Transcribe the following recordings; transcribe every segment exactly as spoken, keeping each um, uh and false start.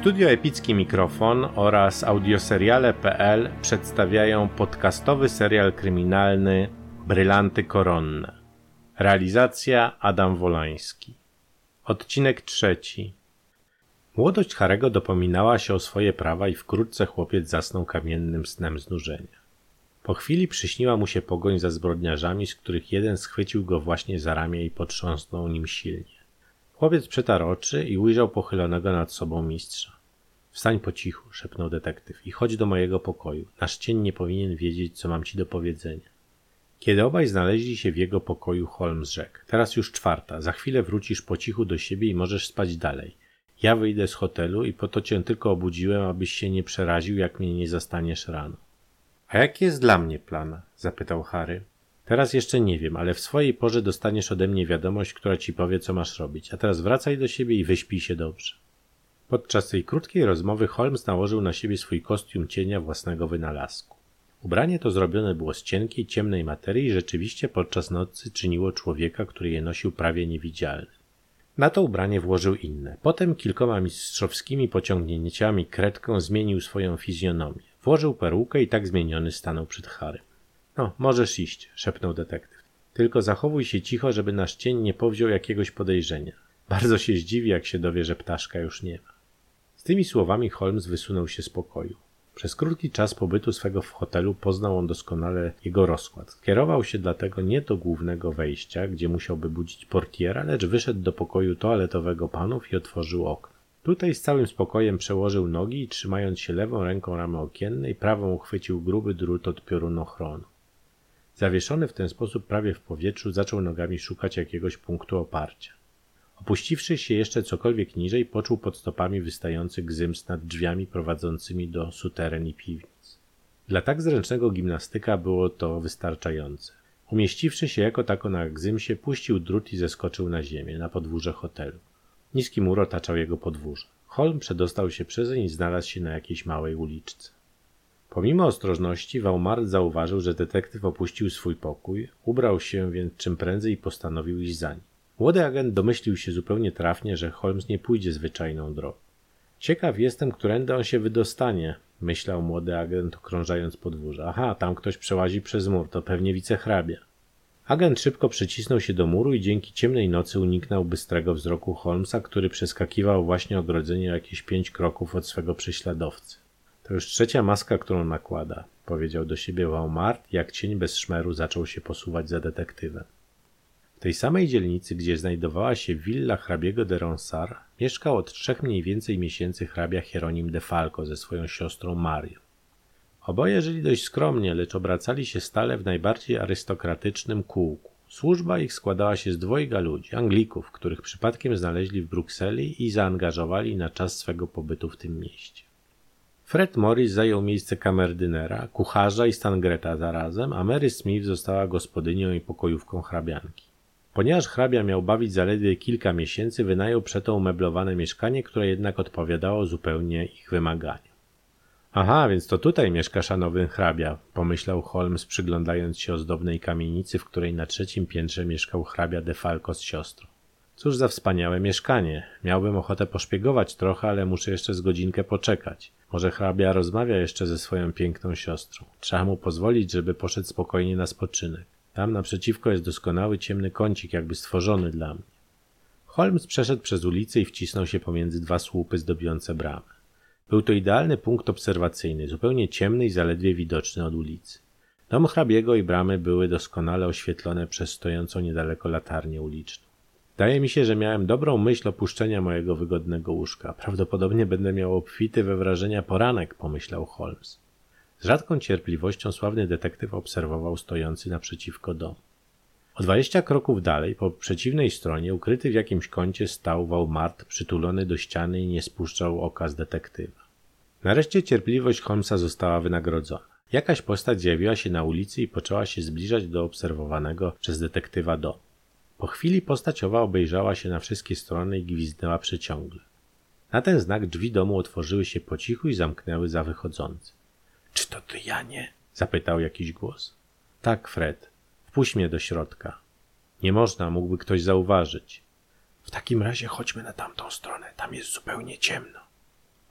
Studio Epicki Mikrofon oraz audioseriale kropka p l przedstawiają podcastowy serial kryminalny Brylanty koronne. Realizacja Adam Wolański. Odcinek trzeci. Młodość Harego dopominała się o swoje prawa i wkrótce chłopiec zasnął kamiennym snem znużenia. Po chwili przyśniła mu się pogoń za zbrodniarzami, z których jeden schwycił go właśnie za ramię i potrząsnął nim silnie. Chłopiec przetarł oczy i ujrzał pochylonego nad sobą mistrza. Wstań po cichu, szepnął detektyw, i chodź do mojego pokoju. Nasz cień nie powinien wiedzieć, co mam ci do powiedzenia. Kiedy obaj znaleźli się w jego pokoju, Holmes rzekł: teraz już czwarta, za chwilę wrócisz po cichu do siebie i możesz spać dalej. Ja wyjdę z hotelu i po to cię tylko obudziłem, abyś się nie przeraził, jak mnie nie zastaniesz rano. A jaki jest dla mnie plan? Zapytał Harry. Teraz jeszcze nie wiem, ale w swojej porze dostaniesz ode mnie wiadomość, która ci powie, co masz robić. A teraz wracaj do siebie i wyśpij się dobrze. Podczas tej krótkiej rozmowy Holmes nałożył na siebie swój kostium cienia własnego wynalazku. Ubranie to zrobione było z cienkiej, ciemnej materii i rzeczywiście podczas nocy czyniło człowieka, który je nosił, prawie niewidzialnym. Na to ubranie włożył inne. Potem kilkoma mistrzowskimi pociągnięciami kredką zmienił swoją fizjonomię. Włożył perukę i tak zmieniony stanął przed Harrym. No, możesz iść, szepnął detektyw. Tylko zachowuj się cicho, żeby nasz cień nie powziął jakiegoś podejrzenia. Bardzo się zdziwi, jak się dowie, że ptaszka już nie ma. Z tymi słowami Holmes wysunął się z pokoju. Przez krótki czas pobytu swego w hotelu poznał on doskonale jego rozkład. Skierował się dlatego nie do głównego wejścia, gdzie musiałby budzić portiera, lecz wyszedł do pokoju toaletowego panów i otworzył okno. Tutaj z całym spokojem przełożył nogi i trzymając się lewą ręką ramy okiennej, prawą uchwycił gruby drut od piorunochronu. Zawieszony w ten sposób prawie w powietrzu, zaczął nogami szukać jakiegoś punktu oparcia. Opuściwszy się jeszcze cokolwiek niżej, poczuł pod stopami wystający gzyms nad drzwiami prowadzącymi do suteren i piwnic. Dla tak zręcznego gimnastyka było to wystarczające. Umieściwszy się jako tako na gzymsie, puścił drut i zeskoczył na ziemię, na podwórze hotelu. Niski mur otaczał jego podwórze. Holmes przedostał się przezeń i znalazł się na jakiejś małej uliczce. Pomimo ostrożności, Vaumart zauważył, że detektyw opuścił swój pokój, ubrał się więc czym prędzej i postanowił iść za nim. Młody agent domyślił się zupełnie trafnie, że Holmes nie pójdzie zwyczajną drogą. Ciekaw jestem, którędy on się wydostanie, myślał młody agent, okrążając podwórze. Aha, tam ktoś przełazi przez mur, to pewnie wicehrabia. Agent szybko przycisnął się do muru i dzięki ciemnej nocy uniknął bystrego wzroku Holmesa, który przeskakiwał właśnie ogrodzenie o jakieś pięć kroków od swego prześladowcy. To już trzecia maska, którą nakłada, powiedział do siebie Vaumart, jak cień bez szmeru zaczął się posuwać za detektywem. W tej samej dzielnicy, gdzie znajdowała się willa hrabiego de Ronsard, mieszkał od trzech mniej więcej miesięcy hrabia Hieronim de Falco ze swoją siostrą Marią. Oboje żyli dość skromnie, lecz obracali się stale w najbardziej arystokratycznym kółku. Służba ich składała się z dwojga ludzi, Anglików, których przypadkiem znaleźli w Brukseli i zaangażowali na czas swego pobytu w tym mieście. Fred Morris zajął miejsce kamerdynera, kucharza i stangreta zarazem, a Mary Smith została gospodynią i pokojówką hrabianki. Ponieważ hrabia miał bawić zaledwie kilka miesięcy, wynajął przeto umeblowane mieszkanie, które jednak odpowiadało zupełnie ich wymaganiom. Aha, więc to tutaj mieszka szanowny hrabia, pomyślał Holmes, przyglądając się ozdobnej kamienicy, w której na trzecim piętrze mieszkał hrabia de Falco z siostrą. Cóż za wspaniałe mieszkanie. Miałbym ochotę poszpiegować trochę, ale muszę jeszcze z godzinkę poczekać. Może hrabia rozmawia jeszcze ze swoją piękną siostrą. Trzeba mu pozwolić, żeby poszedł spokojnie na spoczynek. Tam naprzeciwko jest doskonały ciemny kącik, jakby stworzony dla mnie. Holmes przeszedł przez ulicę i wcisnął się pomiędzy dwa słupy zdobiące bramę. Był to idealny punkt obserwacyjny, zupełnie ciemny i zaledwie widoczny od ulicy. Dom hrabiego i bramy były doskonale oświetlone przez stojącą niedaleko latarnię uliczną. Zdaje mi się, że miałem dobrą myśl opuszczenia mojego wygodnego łóżka. Prawdopodobnie będę miał obfity we wrażenia poranek, pomyślał Holmes. Z rzadką cierpliwością sławny detektyw obserwował stojący naprzeciwko domu. O dwadzieścia kroków dalej, po przeciwnej stronie, ukryty w jakimś kącie, stał Vaumart przytulony do ściany i nie spuszczał oka z detektywa. Nareszcie cierpliwość Holmesa została wynagrodzona. Jakaś postać zjawiła się na ulicy i poczęła się zbliżać do obserwowanego przez detektywa domu. Po chwili postać owa obejrzała się na wszystkie strony i gwizdnęła przeciągle. Na ten znak drzwi domu otworzyły się po cichu i zamknęły za wychodzącym. — Czy to ty, Janie? — zapytał jakiś głos. — Tak, Fred. Wpuść mnie do środka. — Nie można, mógłby ktoś zauważyć. — W takim razie chodźmy na tamtą stronę, tam jest zupełnie ciemno.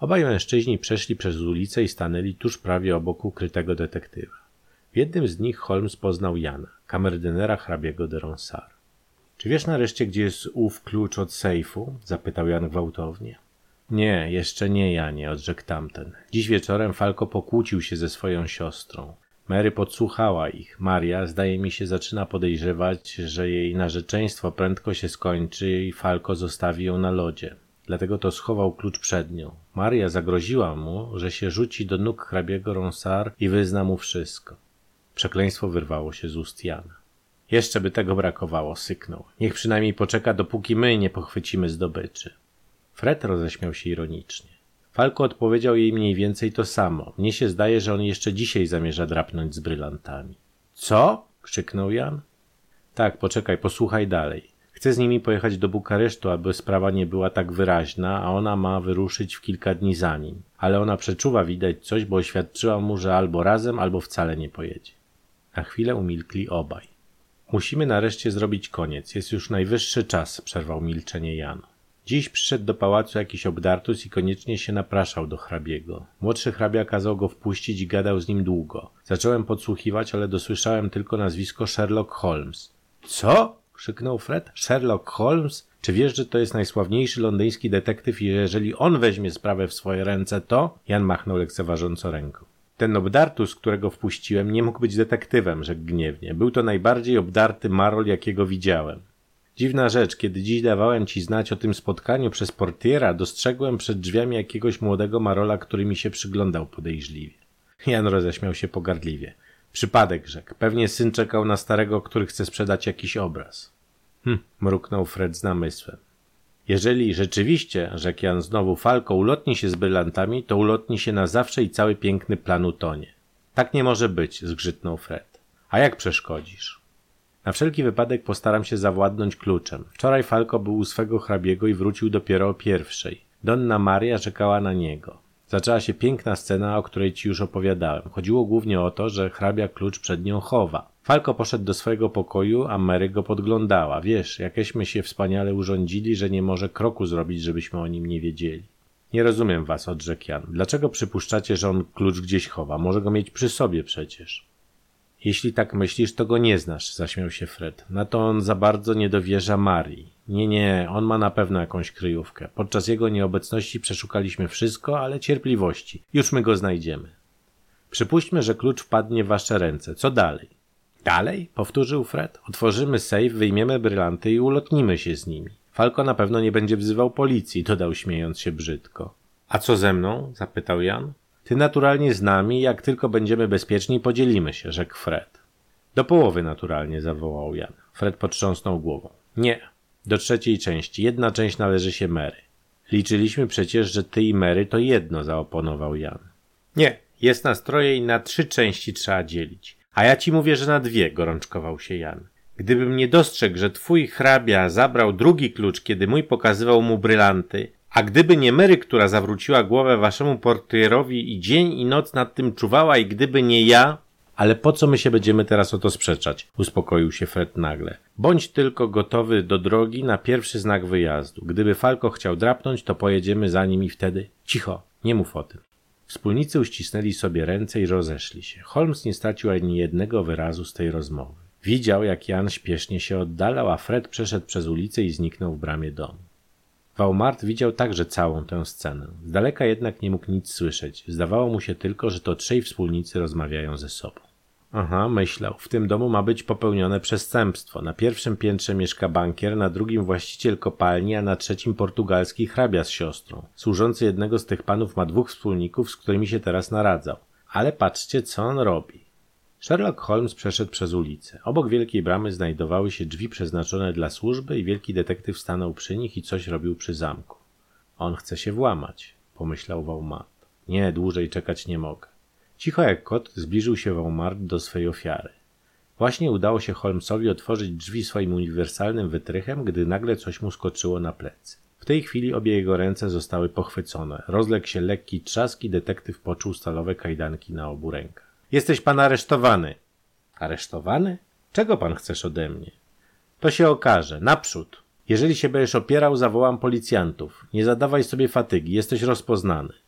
Obaj mężczyźni przeszli przez ulicę i stanęli tuż prawie obok ukrytego detektywa. W jednym z nich Holmes poznał Jana, kamerdynera hrabiego de Ronsard. Czy wiesz nareszcie, gdzie jest ów klucz od sejfu? Zapytał Jan gwałtownie. Nie, jeszcze nie, Janie, odrzekł tamten. Dziś wieczorem Falco pokłócił się ze swoją siostrą. Mary podsłuchała ich. Maria, zdaje mi się, zaczyna podejrzewać, że jej narzeczeństwo prędko się skończy i Falco zostawi ją na lodzie. Dlatego to schował klucz przed nią. Maria zagroziła mu, że się rzuci do nóg hrabiego Ronsard i wyzna mu wszystko. Przekleństwo wyrwało się z ust Jana. Jeszcze by tego brakowało, syknął. Niech przynajmniej poczeka, dopóki my nie pochwycimy zdobyczy. Fred roześmiał się ironicznie. Falco odpowiedział jej mniej więcej to samo. Mnie się zdaje, że on jeszcze dzisiaj zamierza drapnąć z brylantami. Co? Krzyknął Jan. Tak, poczekaj, posłuchaj dalej. Chcę z nimi pojechać do Bukaresztu, aby sprawa nie była tak wyraźna, a ona ma wyruszyć w kilka dni za nim. Ale ona przeczuwa widać coś, bo oświadczyła mu, że albo razem, albo wcale nie pojedzie. Na chwilę umilkli obaj. Musimy nareszcie zrobić koniec. Jest już najwyższy czas, przerwał milczenie Jan. Dziś przyszedł do pałacu jakiś obdartus i koniecznie się napraszał do hrabiego. Młodszy hrabia kazał go wpuścić i gadał z nim długo. Zacząłem podsłuchiwać, ale dosłyszałem tylko nazwisko Sherlock Holmes. Co? Krzyknął Fred. Sherlock Holmes? Czy wiesz, że to jest najsławniejszy londyński detektyw i jeżeli on weźmie sprawę w swoje ręce, to... Jan machnął lekceważąco ręką. Ten obdartus, którego wpuściłem, nie mógł być detektywem, rzekł gniewnie. Był to najbardziej obdarty marol, jakiego widziałem. Dziwna rzecz, kiedy dziś dawałem ci znać o tym spotkaniu przez portiera, dostrzegłem przed drzwiami jakiegoś młodego marola, który mi się przyglądał podejrzliwie. Jan roześmiał się pogardliwie. Przypadek, rzekł. Pewnie syn czekał na starego, który chce sprzedać jakiś obraz. Hm, mruknął Fred z namysłem. Jeżeli rzeczywiście, rzekł Jan znowu, Falco ulotni się z brylantami, to ulotni się na zawsze i cały piękny plan utonie. Tak nie może być, zgrzytnął Fred. A jak przeszkodzisz? Na wszelki wypadek postaram się zawładnąć kluczem. Wczoraj Falco był u swego hrabiego i wrócił dopiero o pierwszej. Donna Maria czekała na niego. Zaczęła się piękna scena, o której ci już opowiadałem. Chodziło głównie o to, że hrabia klucz przed nią chowa. Falco poszedł do swojego pokoju, a Mary go podglądała. Wiesz, jakeśmy się wspaniale urządzili, że nie może kroku zrobić, żebyśmy o nim nie wiedzieli. Nie rozumiem was, odrzekł Jan. Dlaczego przypuszczacie, że on klucz gdzieś chowa? Może go mieć przy sobie przecież. Jeśli tak myślisz, to go nie znasz, zaśmiał się Fred. Na to on za bardzo nie dowierza Marii. Nie, nie, on ma na pewno jakąś kryjówkę. Podczas jego nieobecności przeszukaliśmy wszystko, ale cierpliwości. Już my go znajdziemy. Przypuśćmy, że klucz wpadnie w wasze ręce. Co dalej? Dalej? Powtórzył Fred. Otworzymy sejf, wyjmiemy brylanty i ulotnimy się z nimi. Falco na pewno nie będzie wzywał policji, dodał śmiejąc się brzydko. A co ze mną? Zapytał Jan. Ty naturalnie z nami, jak tylko będziemy bezpieczni, podzielimy się, rzekł Fred. Do połowy naturalnie, zawołał Jan. Fred potrząsnął głową. Nie, do trzeciej części. Jedna część należy się Mary. Liczyliśmy przecież, że ty i Mary to jedno, zaoponował Jan. Nie, jest nas troje i na trzy części trzeba dzielić. A ja ci mówię, że na dwie, gorączkował się Jan. Gdybym nie dostrzegł, że twój hrabia zabrał drugi klucz, kiedy mój pokazywał mu brylanty, a gdyby nie Mary, która zawróciła głowę waszemu portierowi i dzień i noc nad tym czuwała i gdyby nie ja... Ale po co my się będziemy teraz o to sprzeczać? Uspokoił się Fred nagle. Bądź tylko gotowy do drogi na pierwszy znak wyjazdu. Gdyby Falco chciał drapnąć, to pojedziemy za nim i wtedy... Cicho, nie mów o tym. Wspólnicy uścisnęli sobie ręce i rozeszli się. Holmes nie stracił ani jednego wyrazu z tej rozmowy. Widział, jak Jan śpiesznie się oddalał, a Fred przeszedł przez ulicę i zniknął w bramie domu. Vaumart widział także całą tę scenę. Z daleka jednak nie mógł nic słyszeć. Zdawało mu się tylko, że to trzej wspólnicy rozmawiają ze sobą. Aha, myślał, w tym domu ma być popełnione przestępstwo. Na pierwszym piętrze mieszka bankier, na drugim właściciel kopalni, a na trzecim portugalski hrabia z siostrą. Służący jednego z tych panów ma dwóch wspólników, z którymi się teraz naradzał. Ale patrzcie, co on robi. Sherlock Holmes przeszedł przez ulicę. Obok wielkiej bramy znajdowały się drzwi przeznaczone dla służby i wielki detektyw stanął przy nich i coś robił przy zamku. On chce się włamać, pomyślał Vaumart. Nie, dłużej czekać nie mogę. Cicho jak kot zbliżył się Vaumart do swej ofiary. Właśnie udało się Holmesowi otworzyć drzwi swoim uniwersalnym wytrychem, gdy nagle coś mu skoczyło na plecy. W tej chwili obie jego ręce zostały pochwycone. Rozległ się lekki trzask i detektyw poczuł stalowe kajdanki na obu rękach. Jesteś pan aresztowany. Aresztowany? Czego pan chcesz ode mnie? To się okaże. Naprzód. Jeżeli się będziesz opierał, zawołam policjantów. Nie zadawaj sobie fatygi. Jesteś rozpoznany.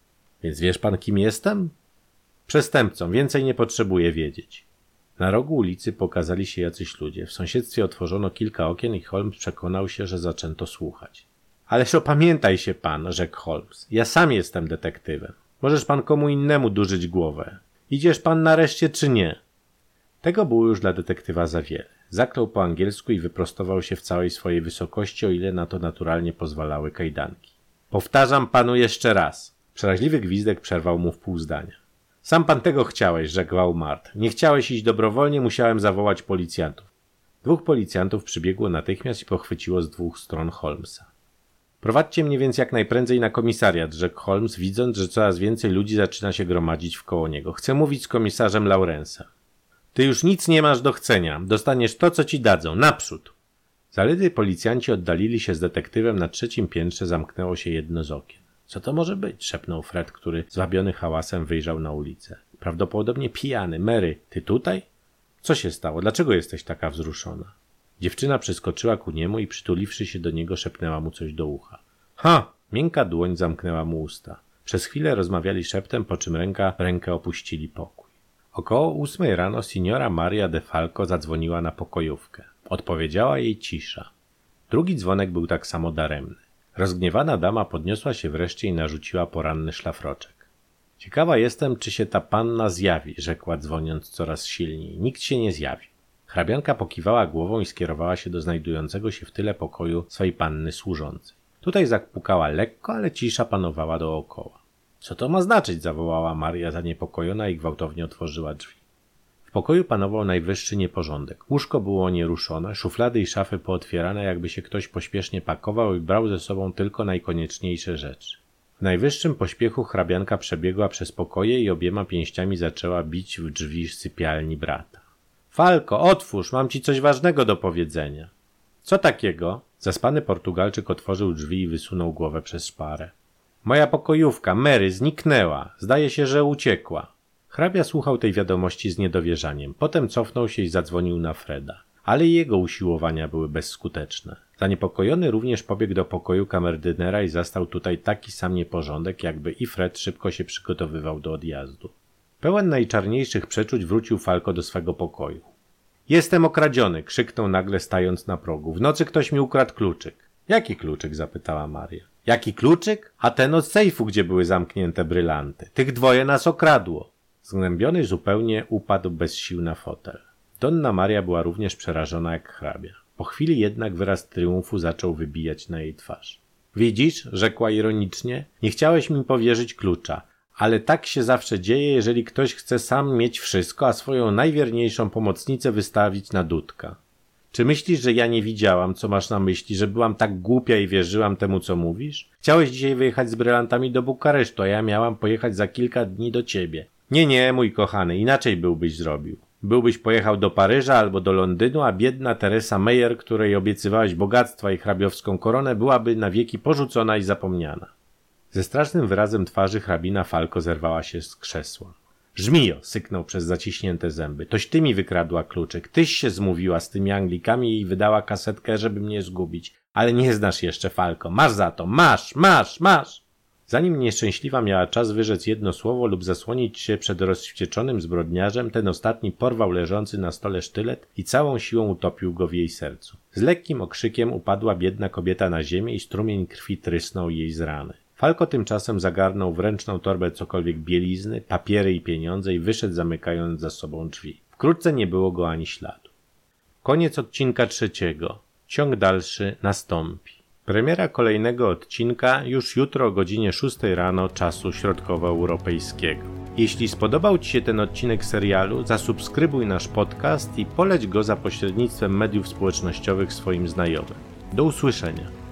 Więc wiesz pan, kim jestem? Przestępcą, więcej nie potrzebuję wiedzieć. Na rogu ulicy pokazali się jacyś ludzie. W sąsiedztwie otworzono kilka okien i Holmes przekonał się, że zaczęto słuchać. Ależ opamiętaj się pan, rzekł Holmes. Ja sam jestem detektywem. Możesz pan komu innemu durzyć głowę. Idziesz pan nareszcie czy nie? Tego było już dla detektywa za wiele. Zaklął po angielsku i wyprostował się w całej swojej wysokości, o ile na to naturalnie pozwalały kajdanki. Powtarzam panu jeszcze raz. Przeraźliwy gwizdek przerwał mu w pół zdania. Sam pan tego chciałeś, rzekł Aumart. Nie chciałeś iść dobrowolnie, musiałem zawołać policjantów. Dwóch policjantów przybiegło natychmiast i pochwyciło z dwóch stron Holmesa. Prowadźcie mnie więc jak najprędzej na komisariat, rzekł Holmes, widząc, że coraz więcej ludzi zaczyna się gromadzić wkoło niego. Chcę mówić z komisarzem Lawrence'em. Ty już nic nie masz do chcenia. Dostaniesz to, co ci dadzą. Naprzód. Zaledwie policjanci oddalili się z detektywem, na trzecim piętrze zamknęło się jedno z okien. Co to może być? Szepnął Fred, który zwabiony hałasem wyjrzał na ulicę. Prawdopodobnie pijany. Mary, ty tutaj? Co się stało? Dlaczego jesteś taka wzruszona? Dziewczyna przyskoczyła ku niemu i przytuliwszy się do niego szepnęła mu coś do ucha. Ha! Miękka dłoń zamknęła mu usta. Przez chwilę rozmawiali szeptem, po czym ręka w rękę opuścili pokój. Około ósmej rano signora Maria de Falco zadzwoniła na pokojówkę. Odpowiedziała jej cisza. Drugi dzwonek był tak samo daremny. Rozgniewana dama podniosła się wreszcie i narzuciła poranny szlafroczek. Ciekawa jestem, czy się ta panna zjawi, rzekła dzwoniąc coraz silniej. Nikt się nie zjawi. Hrabianka pokiwała głową i skierowała się do znajdującego się w tyle pokoju swej panny służącej. Tutaj zapukała lekko, ale cisza panowała dookoła. Co to ma znaczyć? Zawołała Maria zaniepokojona i gwałtownie otworzyła drzwi. W pokoju panował najwyższy nieporządek. Łóżko było nieruszone, szuflady i szafy pootwierane, jakby się ktoś pośpiesznie pakował i brał ze sobą tylko najkonieczniejsze rzeczy. W najwyższym pośpiechu hrabianka przebiegła przez pokoje i obiema pięściami zaczęła bić w drzwi sypialni brata. Falco, otwórz, mam ci coś ważnego do powiedzenia. Co takiego? Zaspany Portugalczyk otworzył drzwi i wysunął głowę przez szparę. Moja pokojówka, Mary, zniknęła. Zdaje się, że uciekła. Hrabia słuchał tej wiadomości z niedowierzaniem. Potem cofnął się i zadzwonił na Freda. Ale i jego usiłowania były bezskuteczne. Zaniepokojony również pobiegł do pokoju kamerdynera i zastał tutaj taki sam nieporządek, jakby i Fred szybko się przygotowywał do odjazdu. Pełen najczarniejszych przeczuć wrócił Falco do swego pokoju. Jestem okradziony, krzyknął nagle stając na progu. W nocy ktoś mi ukradł kluczyk. Jaki kluczyk? Zapytała Maria. Jaki kluczyk? A ten od sejfu, gdzie były zamknięte brylanty. Tych dwoje nas okradło. Zgnębiony zupełnie upadł bez sił na fotel. Donna Maria była również przerażona jak hrabia. Po chwili jednak wyraz triumfu zaczął wybijać na jej twarz. Widzisz, rzekła ironicznie, nie chciałeś mi powierzyć klucza, ale tak się zawsze dzieje, jeżeli ktoś chce sam mieć wszystko, a swoją najwierniejszą pomocnicę wystawić na dudka. Czy myślisz, że ja nie widziałam, co masz na myśli, że byłam tak głupia i wierzyłam temu, co mówisz? Chciałeś dzisiaj wyjechać z brylantami do Bukaresztu, a ja miałam pojechać za kilka dni do ciebie. Nie, nie, mój kochany, inaczej byłbyś zrobił. Byłbyś pojechał do Paryża albo do Londynu, a biedna Teresa Meyer, której obiecywałeś bogactwa i hrabiowską koronę, byłaby na wieki porzucona i zapomniana. Ze strasznym wyrazem twarzy hrabina Falco zerwała się z krzesła. Żmijo, syknął przez zaciśnięte zęby. Toś ty mi wykradła kluczyk. Tyś się zmówiła z tymi Anglikami i wydała kasetkę, żeby mnie zgubić. Ale nie znasz jeszcze Falco. Masz za to. Masz, masz, masz. Zanim nieszczęśliwa miała czas wyrzec jedno słowo lub zasłonić się przed rozwścieczonym zbrodniarzem, ten ostatni porwał leżący na stole sztylet i całą siłą utopił go w jej sercu. Z lekkim okrzykiem upadła biedna kobieta na ziemię i strumień krwi trysnął jej z rany. Falco tymczasem zagarnął w ręczną torbę cokolwiek bielizny, papiery i pieniądze i wyszedł, zamykając za sobą drzwi. Wkrótce nie było go ani śladu. Koniec odcinka trzeciego. Ciąg dalszy nastąpi. Premiera kolejnego odcinka już jutro o godzinie szóstej rano czasu środkowoeuropejskiego. Jeśli spodobał ci się ten odcinek serialu, zasubskrybuj nasz podcast i poleć go za pośrednictwem mediów społecznościowych swoim znajomym. Do usłyszenia.